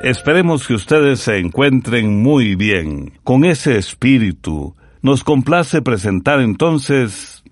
Esperemos que ustedes se encuentren muy bien. Con ese espíritu, nos complace presentar entonces...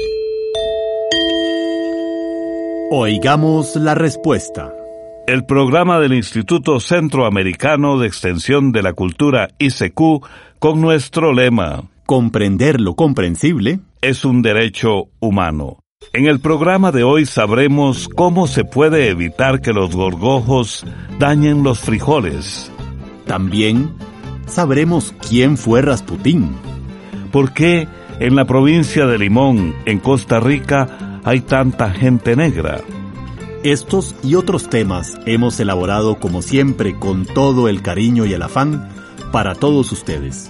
Oigamos la respuesta. El programa del Instituto Centroamericano de Extensión de la Cultura ICQ con nuestro lema: Comprender lo comprensible es un derecho humano. En el programa de hoy sabremos cómo se puede evitar que los gorgojos dañen los frijoles. También sabremos quién fue Rasputín. ¿Por qué en la provincia de Limón, en Costa Rica, hay tanta gente negra? Estos y otros temas hemos elaborado como siempre con todo el cariño y el afán para todos ustedes.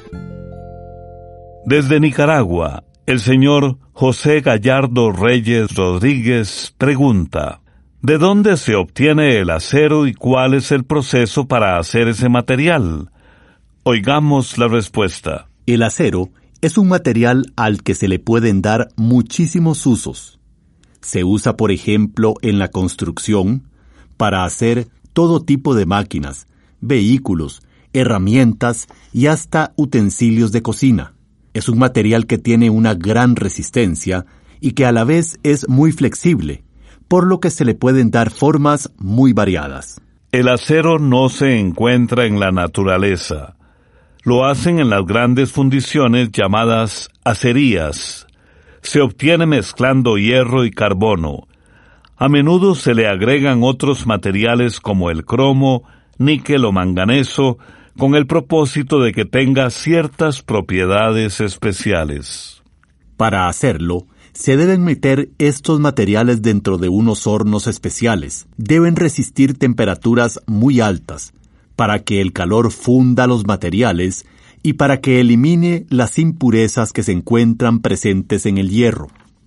Desde Nicaragua, el señor José Gallardo Reyes Rodríguez pregunta: ¿de dónde se obtiene el acero y cuál es el proceso para hacer ese material? Oigamos la respuesta. El acero es un material al que se le pueden dar muchísimos usos. Se usa, por ejemplo, en la construcción, para hacer todo tipo de máquinas, vehículos, herramientas y hasta utensilios de cocina. Es un material que tiene una gran resistencia y que a la vez es muy flexible, por lo que se le pueden dar formas muy variadas. El acero no se encuentra en la naturaleza. Lo hacen en las grandes fundiciones llamadas acerías. Se obtiene mezclando hierro y carbono. A menudo se le agregan otros materiales como el cromo, níquel o manganeso, con el propósito de que tenga ciertas propiedades especiales. Para hacerlo, se deben meter estos materiales dentro de unos hornos especiales. Deben resistir temperaturas muy altas, para que el calor funda los materiales y para que elimine las impurezas que se encuentran presentes en el hierro.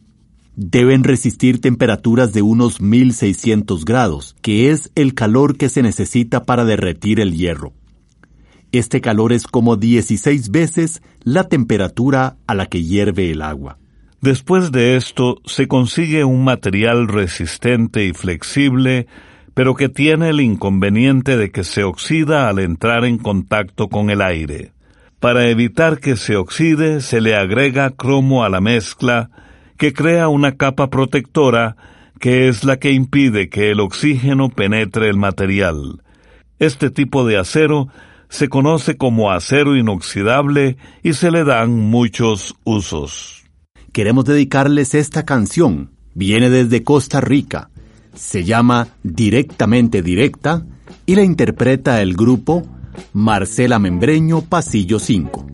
Deben resistir temperaturas de unos 1600 grados, que es el calor que se necesita para derretir el hierro. Este calor es como 16 veces la temperatura a la que hierve el agua. Después de esto, se consigue un material resistente y flexible, pero que tiene el inconveniente de que se oxida al entrar en contacto con el aire. Para evitar que se oxide, se le agrega cromo a la mezcla, que crea una capa protectora, que es la que impide que el oxígeno penetre el material. Este tipo de acero se conoce como acero inoxidable y se le dan muchos usos. Queremos dedicarles esta canción. Viene desde Costa Rica. Se llama Directamente Directa y la interpreta el grupo Marcela Membreño Pasillo 5.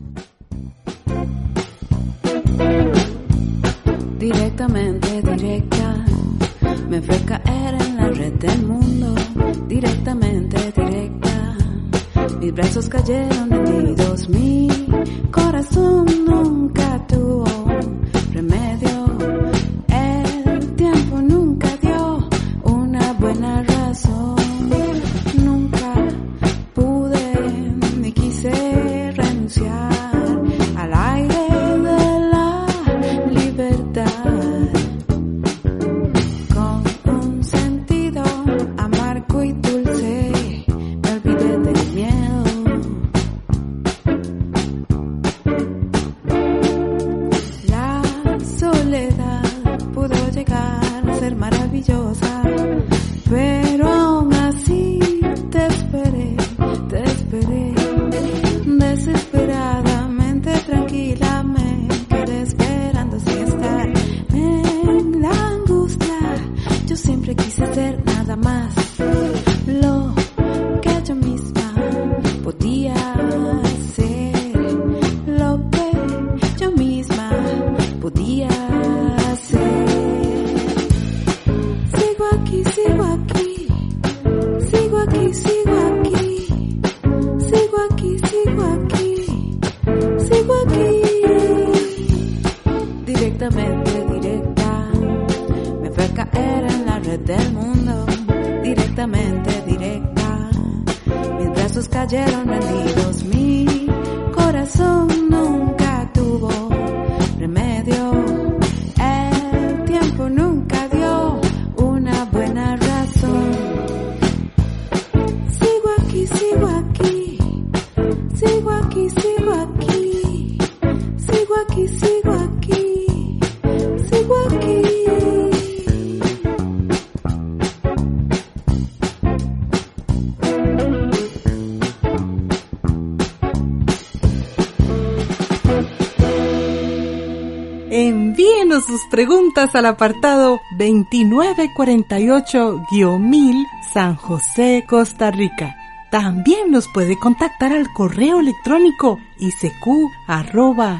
Directamente directa, me fue a caer en la red del mundo. Directamente directa, mis brazos cayeron hendidos, mi corazón nunca tuvo remedio. El tiempo nunca dio una buena razón. Nunca pude ni quise renunciar al aire de la libertad. Con un sentido amargo y dulce, me olvidé del miedo. La soledad pudo llegar a ser maravillosa, pero aún así te esperé, desesperadamente tranquila me quedé esperando si estar en la angustia. Yo siempre quise hacer nada más lo que yo misma podía hacer, lo que yo misma podía hacer. Sigo aquí, sigo aquí, sigo aquí, sigo aquí, sigo aquí, sigo aquí, sigo aquí. Directamente directa, me fue a caer en la red del mundo. Directamente directa, mis brazos cayeron rendidos, mi corazón nunca tuvo remedio. El tiempo nunca dio una buena razón. Sigo aquí, sus preguntas al apartado 2948-1000 San José, Costa Rica. También nos puede contactar al correo electrónico isq@isq.org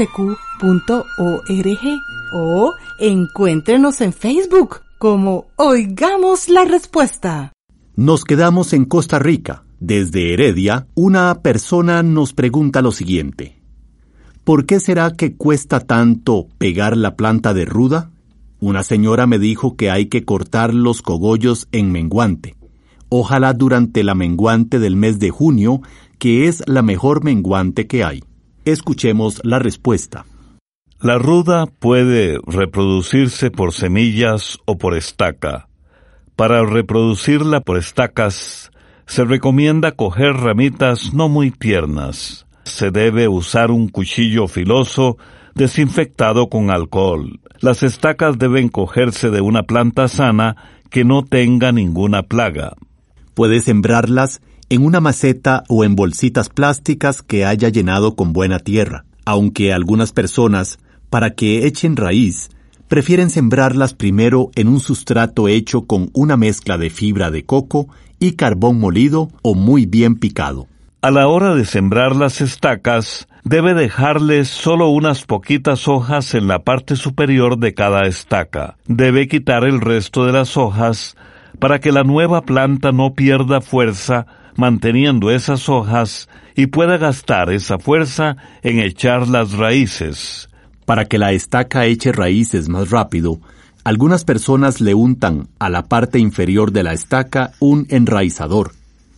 o encuéntrenos en Facebook como Oigamos la Respuesta. Nos quedamos en Costa Rica. Desde Heredia, una persona nos pregunta lo siguiente: ¿por qué será que cuesta tanto pegar la planta de ruda? Una señora me dijo que hay que cortar los cogollos en menguante. Ojalá durante la menguante del mes de junio, que es la mejor menguante que hay. Escuchemos la respuesta. La ruda puede reproducirse por semillas o por estaca. Para reproducirla por estacas, se recomienda coger ramitas no muy tiernas. Se debe usar un cuchillo filoso desinfectado con alcohol. Las estacas deben cogerse de una planta sana que no tenga ninguna plaga. Puede sembrarlas en una maceta o en bolsitas plásticas que haya llenado con buena tierra, aunque algunas personas, para que echen raíz, prefieren sembrarlas primero en un sustrato hecho con una mezcla de fibra de coco y carbón molido o muy bien picado. A la hora de sembrar las estacas, debe dejarles solo unas poquitas hojas en la parte superior de cada estaca. Debe quitar el resto de las hojas para que la nueva planta no pierda fuerza manteniendo esas hojas y pueda gastar esa fuerza en echar las raíces. Para que la estaca eche raíces más rápido, algunas personas le untan a la parte inferior de la estaca un enraizador.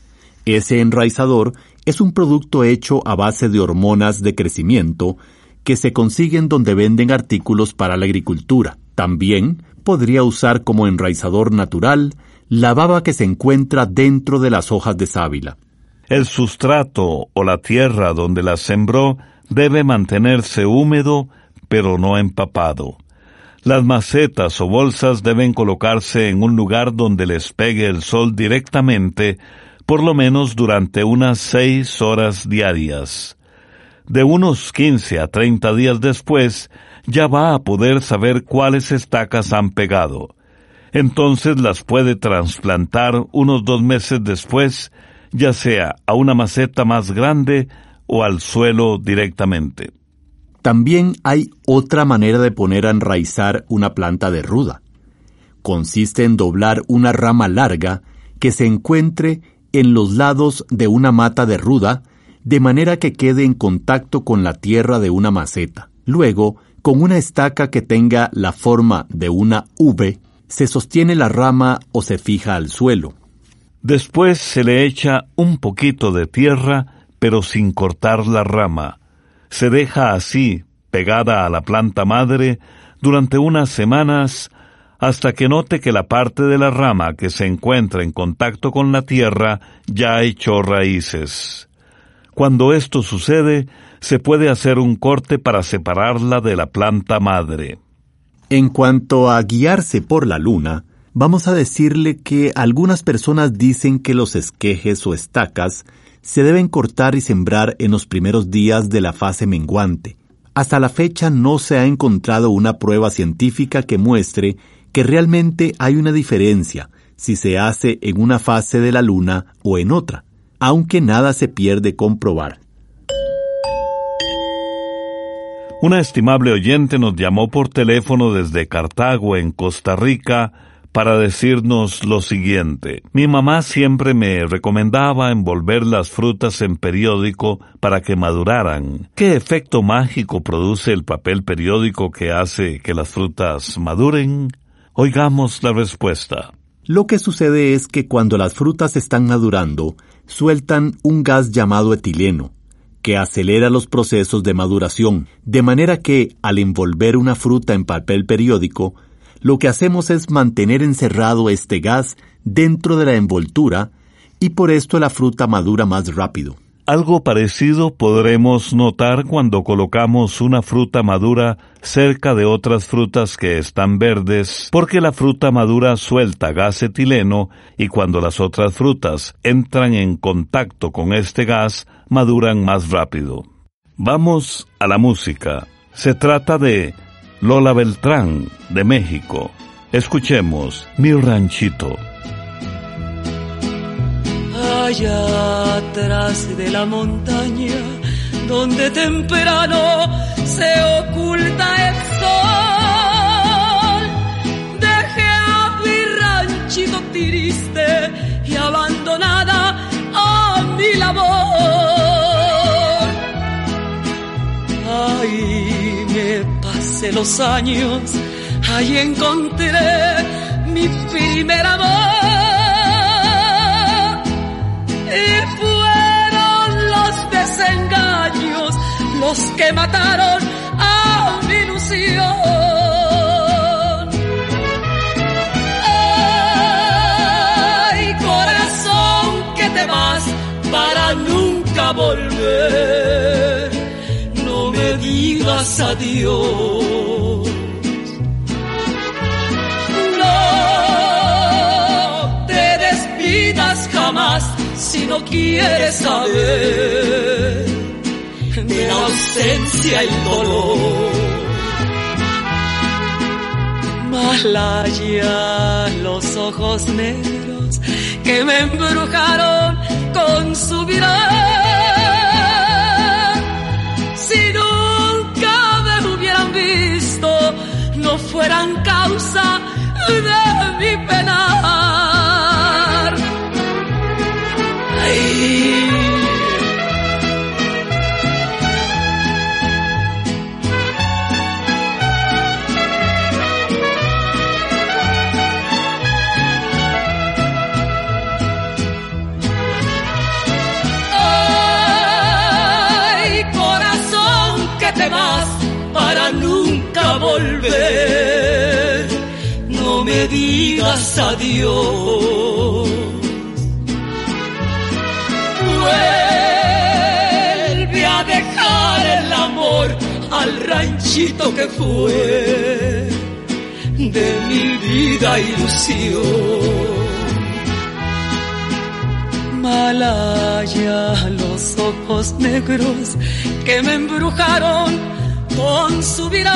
Ese enraizador es un producto hecho a base de hormonas de crecimiento que se consiguen donde venden artículos para la agricultura. También podría usar como enraizador natural la baba que se encuentra dentro de las hojas de sábila. El sustrato o la tierra donde la sembró debe mantenerse húmedo, pero no empapado. Las macetas o bolsas deben colocarse en un lugar donde les pegue el sol directamente, por lo menos durante unas 6 horas diarias. De unos 15 a 30 días después, ya va a poder saber cuáles estacas han pegado. Entonces las puede trasplantar unos 2 meses después, ya sea a una maceta más grande o al suelo directamente. También hay otra manera de poner a enraizar una planta de ruda. Consiste en doblar una rama larga que se encuentre en los lados de una mata de ruda, de manera que quede en contacto con la tierra de una maceta. Luego, con una estaca que tenga la forma de una V, se sostiene la rama o se fija al suelo. Después se le echa un poquito de tierra, pero sin cortar la rama. Se deja así, pegada a la planta madre, durante unas semanas, hasta que note que la parte de la rama que se encuentra en contacto con la tierra ya echó raíces. Cuando esto sucede, se puede hacer un corte para separarla de la planta madre. En cuanto a guiarse por la luna, vamos a decirle que algunas personas dicen que los esquejes o estacas se deben cortar y sembrar en los primeros días de la fase menguante. Hasta la fecha no se ha encontrado una prueba científica que muestre que realmente hay una diferencia si se hace en una fase de la luna o en otra, aunque nada se pierde comprobar. Una estimable oyente nos llamó por teléfono desde Cartago, en Costa Rica, para decirnos lo siguiente. Mi mamá siempre me recomendaba envolver las frutas en periódico para que maduraran. ¿Qué efecto mágico produce el papel periódico que hace que las frutas maduren? Oigamos la respuesta. Lo que sucede es que cuando las frutas están madurando, sueltan un gas llamado etileno, que acelera los procesos de maduración, de manera que, al envolver una fruta en papel periódico, lo que hacemos es mantener encerrado este gas dentro de la envoltura y por esto la fruta madura más rápido. Algo parecido podremos notar cuando colocamos una fruta madura cerca de otras frutas que están verdes, porque la fruta madura suelta gas etileno y cuando las otras frutas entran en contacto con este gas, maduran más rápido. Vamos a la música. Se trata de Lola Beltrán, de México. Escuchemos Mi Ranchito. Allá atrás de la montaña, donde temprano se oculta el sol, dejé a mi ranchito triste y abandonada a mi labor. Ahí me pasé los años, ahí encontré mi primer amor. Y fueron los desengaños los que mataron a mi ilusión. Ay, corazón, que te vas para nunca volver. No me digas adiós. No te despidas jamás si no quieres saber de la ausencia y el dolor. Malaya, los ojos negros que me embrujaron con su mirar. Si nunca me hubieran visto, no fueran causa de mi penar. Ay. Te vas para nunca volver. No me digas adiós. Vuelve a dejar el amor al ranchito que fue de mi vida ilusión. Malaya, los ojos negros que me embrujaron con su mirar.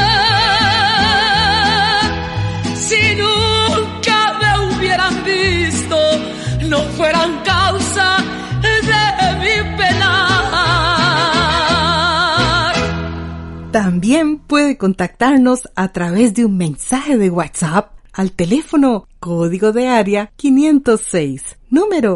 Si nunca me hubieran visto, no fueran causa de mi penar. También puede contactarnos a través de un mensaje de WhatsApp al teléfono código de área 506, número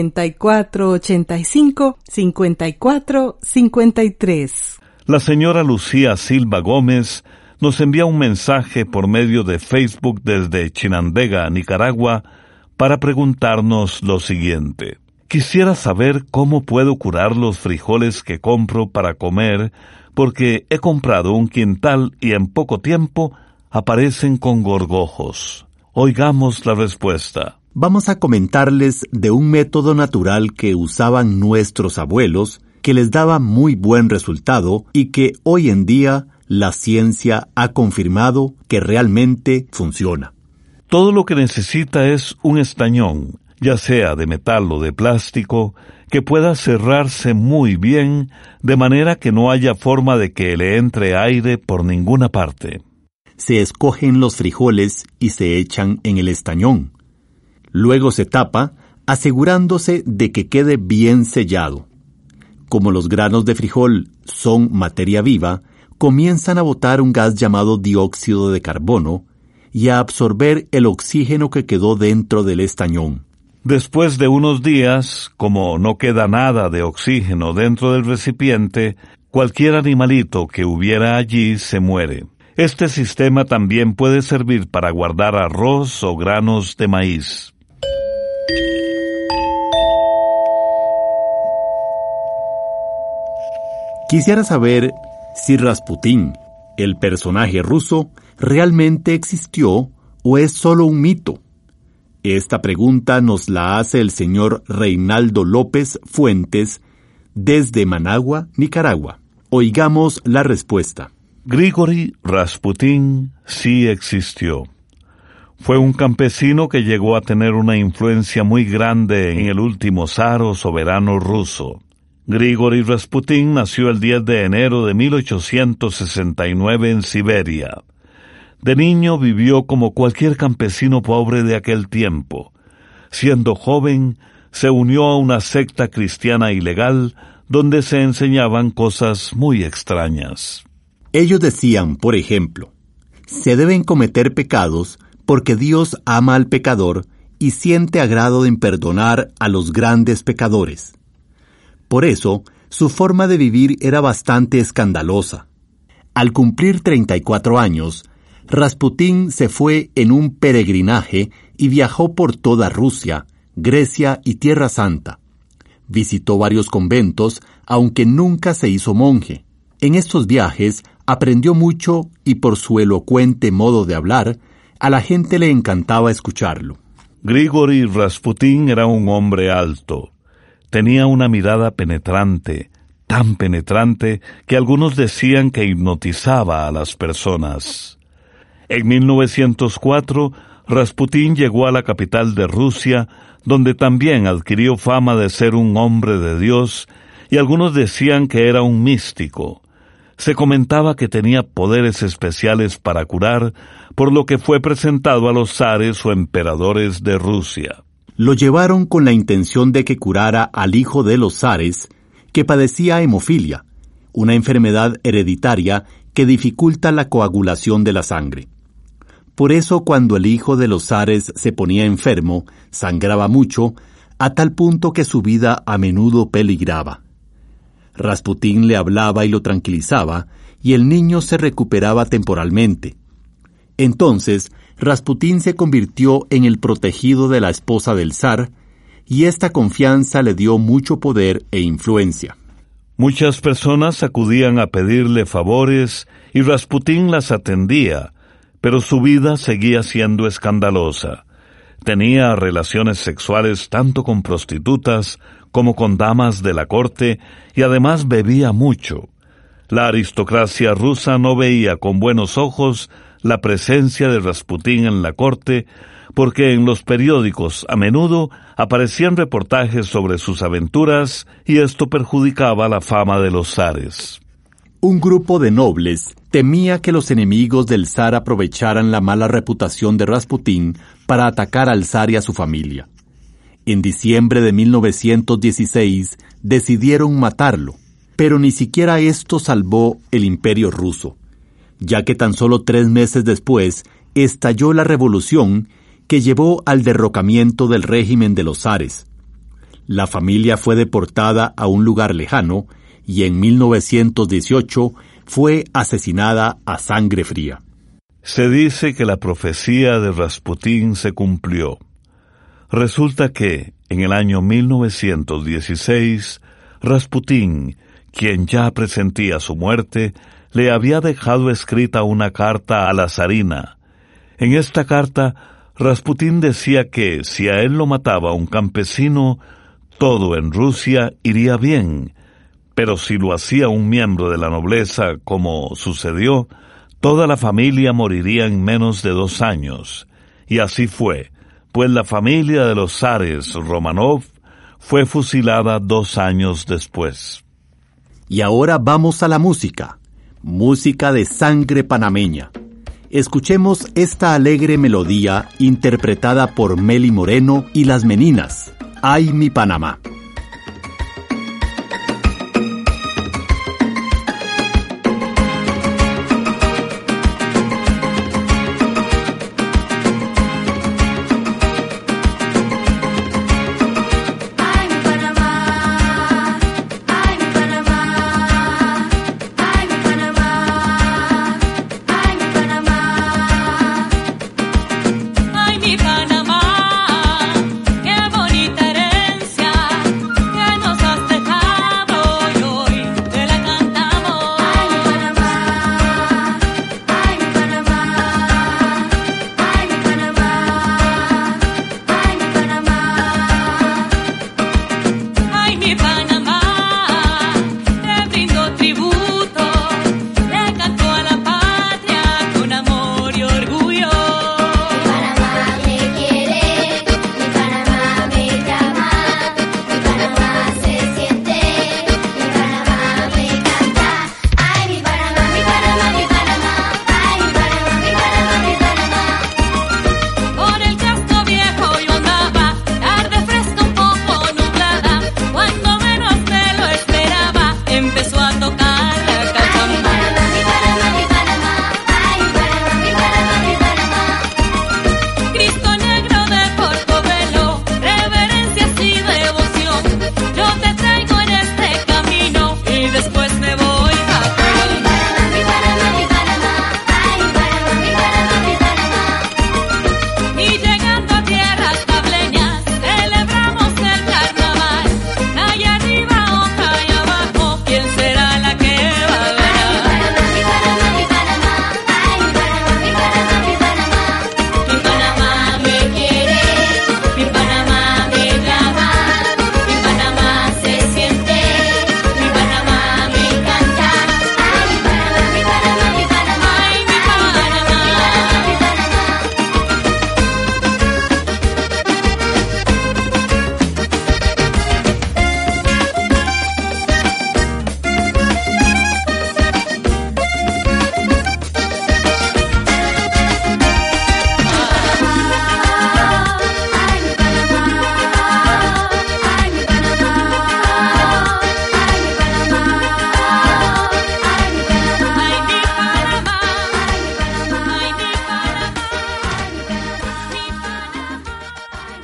8485-5453. La señora Lucía Silva Gómez nos envía un mensaje por medio de Facebook desde Chinandega, Nicaragua, para preguntarnos lo siguiente. Quisiera saber cómo puedo curar los frijoles que compro para comer, porque he comprado un quintal y en poco tiempo aparecen con gorgojos. Oigamos la respuesta. Vamos a comentarles de un método natural que usaban nuestros abuelos, que les daba muy buen resultado y que hoy en día la ciencia ha confirmado que realmente funciona. Todo lo que necesita es un estañón, ya sea de metal o de plástico, que pueda cerrarse muy bien, de manera que no haya forma de que le entre aire por ninguna parte. Se escogen los frijoles y se echan en el estañón. Luego se tapa, asegurándose de que quede bien sellado. Como los granos de frijol son materia viva, comienzan a botar un gas llamado dióxido de carbono y a absorber el oxígeno que quedó dentro del estañón. Después de unos días, como no queda nada de oxígeno dentro del recipiente, cualquier animalito que hubiera allí se muere. Este sistema también puede servir para guardar arroz o granos de maíz. Quisiera saber si Rasputín, el personaje ruso, realmente existió o es solo un mito. Esta pregunta nos la hace el señor Reinaldo López Fuentes desde Managua, Nicaragua. Oigamos la respuesta. Grigori Rasputín sí existió. Fue un campesino que llegó a tener una influencia muy grande en el último zar o soberano ruso. Grigori Rasputin nació el 10 de enero de 1869 en Siberia. De niño vivió como cualquier campesino pobre de aquel tiempo. Siendo joven, se unió a una secta cristiana ilegal donde se enseñaban cosas muy extrañas. Ellos decían, por ejemplo, se deben cometer pecados porque Dios ama al pecador y siente agrado en perdonar a los grandes pecadores. Por eso, su forma de vivir era bastante escandalosa. Al cumplir 34 años, Rasputín se fue en un peregrinaje y viajó por toda Rusia, Grecia y Tierra Santa. Visitó varios conventos, aunque nunca se hizo monje. En estos viajes aprendió mucho y por su elocuente modo de hablar, a la gente le encantaba escucharlo. Grigori Rasputin era un hombre alto. Tenía una mirada penetrante, tan penetrante que algunos decían que hipnotizaba a las personas. En 1904, Rasputin llegó a la capital de Rusia, donde también adquirió fama de ser un hombre de Dios, y algunos decían que era un místico. Se comentaba que tenía poderes especiales para curar, por lo que fue presentado a los zares o emperadores de Rusia. Lo llevaron con la intención de que curara al hijo de los zares, que padecía hemofilia, una enfermedad hereditaria que dificulta la coagulación de la sangre. Por eso, cuando el hijo de los zares se ponía enfermo, sangraba mucho, a tal punto que su vida a menudo peligraba. Rasputín le hablaba y lo tranquilizaba, y el niño se recuperaba temporalmente. Entonces, Rasputín se convirtió en el protegido de la esposa del zar, y esta confianza le dio mucho poder e influencia. Muchas personas acudían a pedirle favores, y Rasputín las atendía, pero su vida seguía siendo escandalosa. Tenía relaciones sexuales tanto con prostitutas como con damas de la corte, y además bebía mucho. La aristocracia rusa no veía con buenos ojos la presencia de Rasputín en la corte, porque en los periódicos a menudo aparecían reportajes sobre sus aventuras, y esto perjudicaba la fama de los zares. Un grupo de nobles temía que los enemigos del zar aprovecharan la mala reputación de Rasputín para atacar al zar y a su familia. En diciembre de 1916 decidieron matarlo, pero ni siquiera esto salvó el imperio ruso, ya que tan solo 3 meses después estalló la revolución que llevó al derrocamiento del régimen de los zares. La familia fue deportada a un lugar lejano y en 1918 fue asesinada a sangre fría. Se dice que la profecía de Rasputín se cumplió. Resulta que, en el año 1916, Rasputín, quien ya presentía su muerte, le había dejado escrita una carta a la zarina. En esta carta, Rasputín decía que, si a él lo mataba un campesino, todo en Rusia iría bien, pero si lo hacía un miembro de la nobleza, como sucedió, toda la familia moriría en menos de 2 años. Y así fue, pues la familia de los zares Romanov fue fusilada 2 años después. Y ahora vamos a la música de sangre panameña. Escuchemos esta alegre melodía interpretada por Meli Moreno y Las Meninas, Ay mi Panamá. Ay, mi Panamá, qué bonita herencia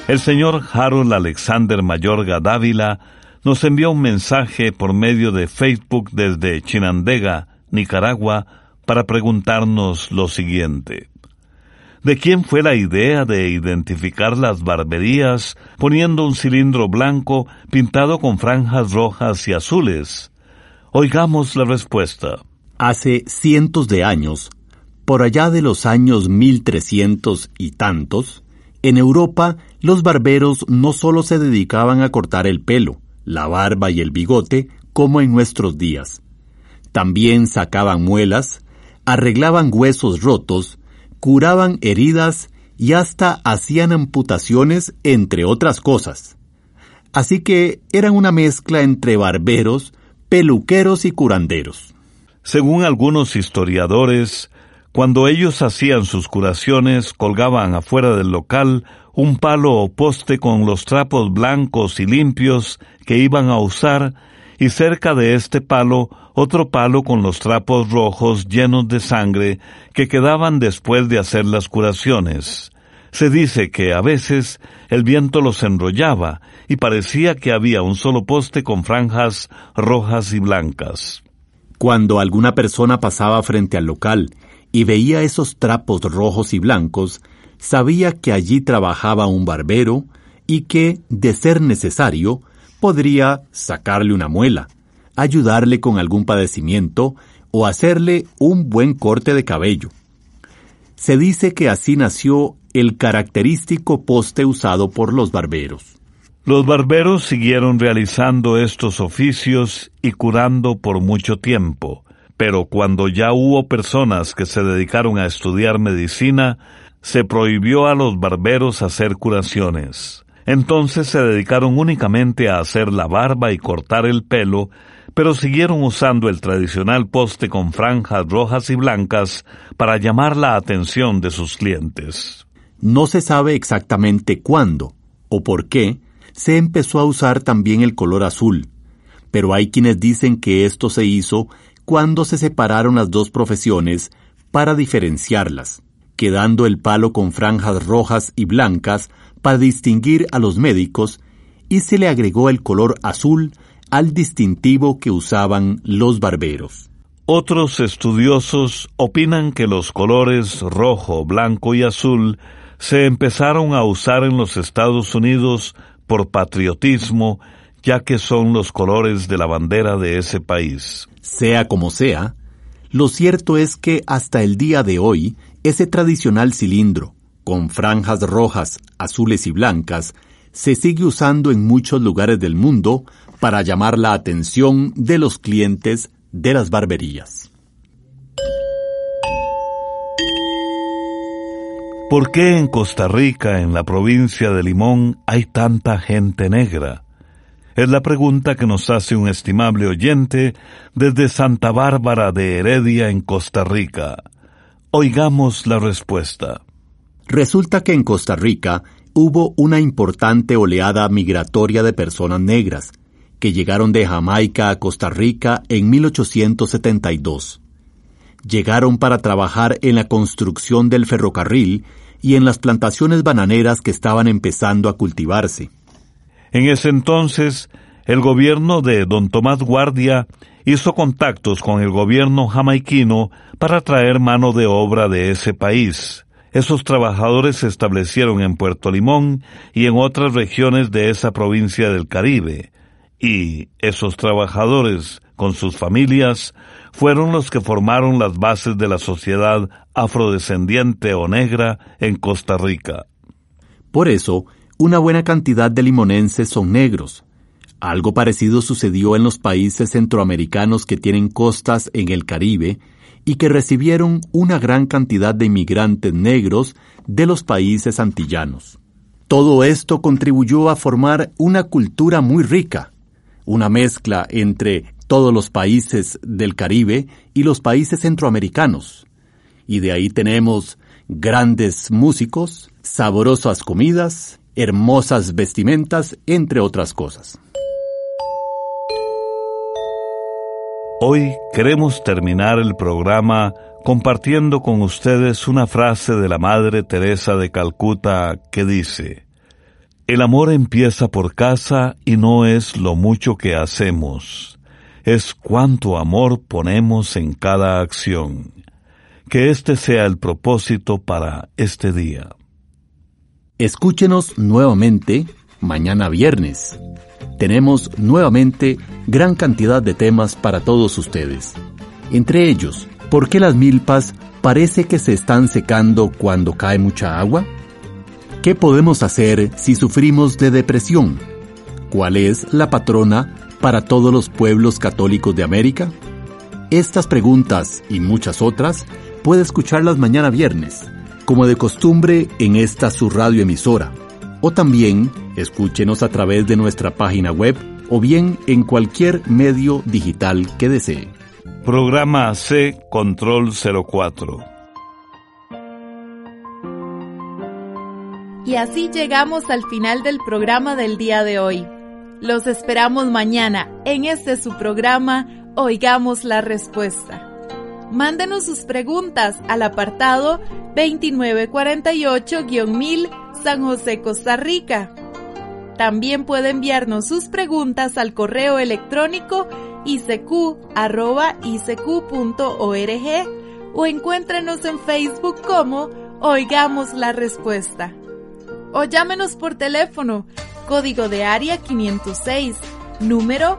El señor Harold Alexander Mayorga Dávila nos envió un mensaje por medio de Facebook desde Chinandega, Nicaragua, para preguntarnos lo siguiente. ¿De quién fue la idea de identificar las barberías poniendo un cilindro blanco pintado con franjas rojas y azules? Oigamos la respuesta. Hace cientos de años, por allá de los años 1300 y tantos, en Europa los barberos no solo se dedicaban a cortar el pelo, la barba y el bigote, como en nuestros días. También sacaban muelas, arreglaban huesos rotos, curaban heridas y hasta hacían amputaciones, entre otras cosas. Así que eran una mezcla entre barberos, peluqueros y curanderos. Según algunos historiadores, cuando ellos hacían sus curaciones, colgaban afuera del local un palo o poste con los trapos blancos y limpios que iban a usar, y cerca de este palo otro palo con los trapos rojos llenos de sangre que quedaban después de hacer las curaciones. Se dice que a veces el viento los enrollaba y parecía que había un solo poste con franjas rojas y blancas. Cuando alguna persona pasaba frente al local y veía esos trapos rojos y blancos, sabía que allí trabajaba un barbero y que, de ser necesario, podría sacarle una muela, ayudarle con algún padecimiento o hacerle un buen corte de cabello. Se dice que así nació el característico poste usado por los barberos. Los barberos siguieron realizando estos oficios y curando por mucho tiempo, pero cuando ya hubo personas que se dedicaron a estudiar medicina, se prohibió a los barberos hacer curaciones. Entonces se dedicaron únicamente a hacer la barba y cortar el pelo, pero siguieron usando el tradicional poste con franjas rojas y blancas para llamar la atención de sus clientes. No se sabe exactamente cuándo o por qué se empezó a usar también el color azul, pero hay quienes dicen que esto se hizo cuando se separaron las dos profesiones para diferenciarlas, quedando el palo con franjas rojas y blancas para distinguir a los médicos, y se le agregó el color azul al distintivo que usaban los barberos. Otros estudiosos opinan que los colores rojo, blanco y azul se empezaron a usar en los Estados Unidos por patriotismo, ya que son los colores de la bandera de ese país. Sea como sea, lo cierto es que hasta el día de hoy, ese tradicional cilindro, con franjas rojas, azules y blancas, se sigue usando en muchos lugares del mundo para llamar la atención de los clientes de las barberías. ¿Por qué en Costa Rica, en la provincia de Limón, hay tanta gente negra? Es la pregunta que nos hace un estimable oyente desde Santa Bárbara de Heredia, en Costa Rica. Oigamos la respuesta. Resulta que en Costa Rica hubo una importante oleada migratoria de personas negras, que llegaron de Jamaica a Costa Rica en 1872. Llegaron para trabajar en la construcción del ferrocarril y en las plantaciones bananeras que estaban empezando a cultivarse. En ese entonces, el gobierno de don Tomás Guardia hizo contactos con el gobierno jamaiquino para traer mano de obra de ese país. Esos trabajadores se establecieron en Puerto Limón y en otras regiones de esa provincia del Caribe, y esos trabajadores, con sus familias, fueron los que formaron las bases de la sociedad afrodescendiente o negra en Costa Rica. Por eso, una buena cantidad de limonenses son negros. Algo parecido sucedió en los países centroamericanos que tienen costas en el Caribe y que recibieron una gran cantidad de inmigrantes negros de los países antillanos. Todo esto contribuyó a formar una cultura muy rica, una mezcla entre todos los países del Caribe y los países centroamericanos. Y de ahí tenemos grandes músicos, sabrosas comidas, hermosas vestimentas, entre otras cosas. Hoy queremos terminar el programa compartiendo con ustedes una frase de la Madre Teresa de Calcuta que dice: El amor empieza por casa y no es lo mucho que hacemos, es cuánto amor ponemos en cada acción. Que este sea el propósito para este día. Escúchenos nuevamente mañana viernes. Tenemos nuevamente gran cantidad de temas para todos ustedes. Entre ellos, ¿por qué las milpas parece que se están secando cuando cae mucha agua? ¿Qué podemos hacer si sufrimos de depresión? ¿Cuál es la patrona para todos los pueblos católicos de América? Estas preguntas y muchas otras puede escucharlas mañana viernes, como de costumbre en esta su radioemisora, o también escúchenos a través de nuestra página web o bien en cualquier medio digital que desee. Programa C Control 04. Y así llegamos al final del programa del día de hoy. Los esperamos mañana en este su programa Oigamos la Respuesta. Mándenos sus preguntas al apartado 2948-1000 San José, Costa Rica. También puede enviarnos sus preguntas al correo electrónico icq@icq.org o encuéntrenos en Facebook como Oigamos la Respuesta. O llámenos por teléfono, código de área 506, número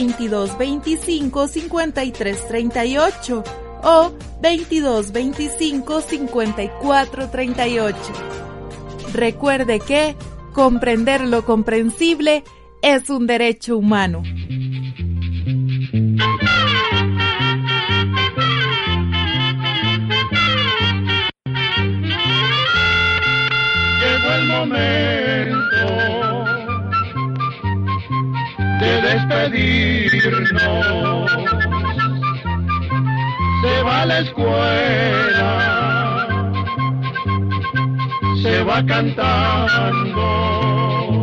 2225-5338 o 2225-5438. Recuerde que comprender lo comprensible es un derecho humano. Llegó el momento de despedirnos. Se va a la escuela, se va cantando.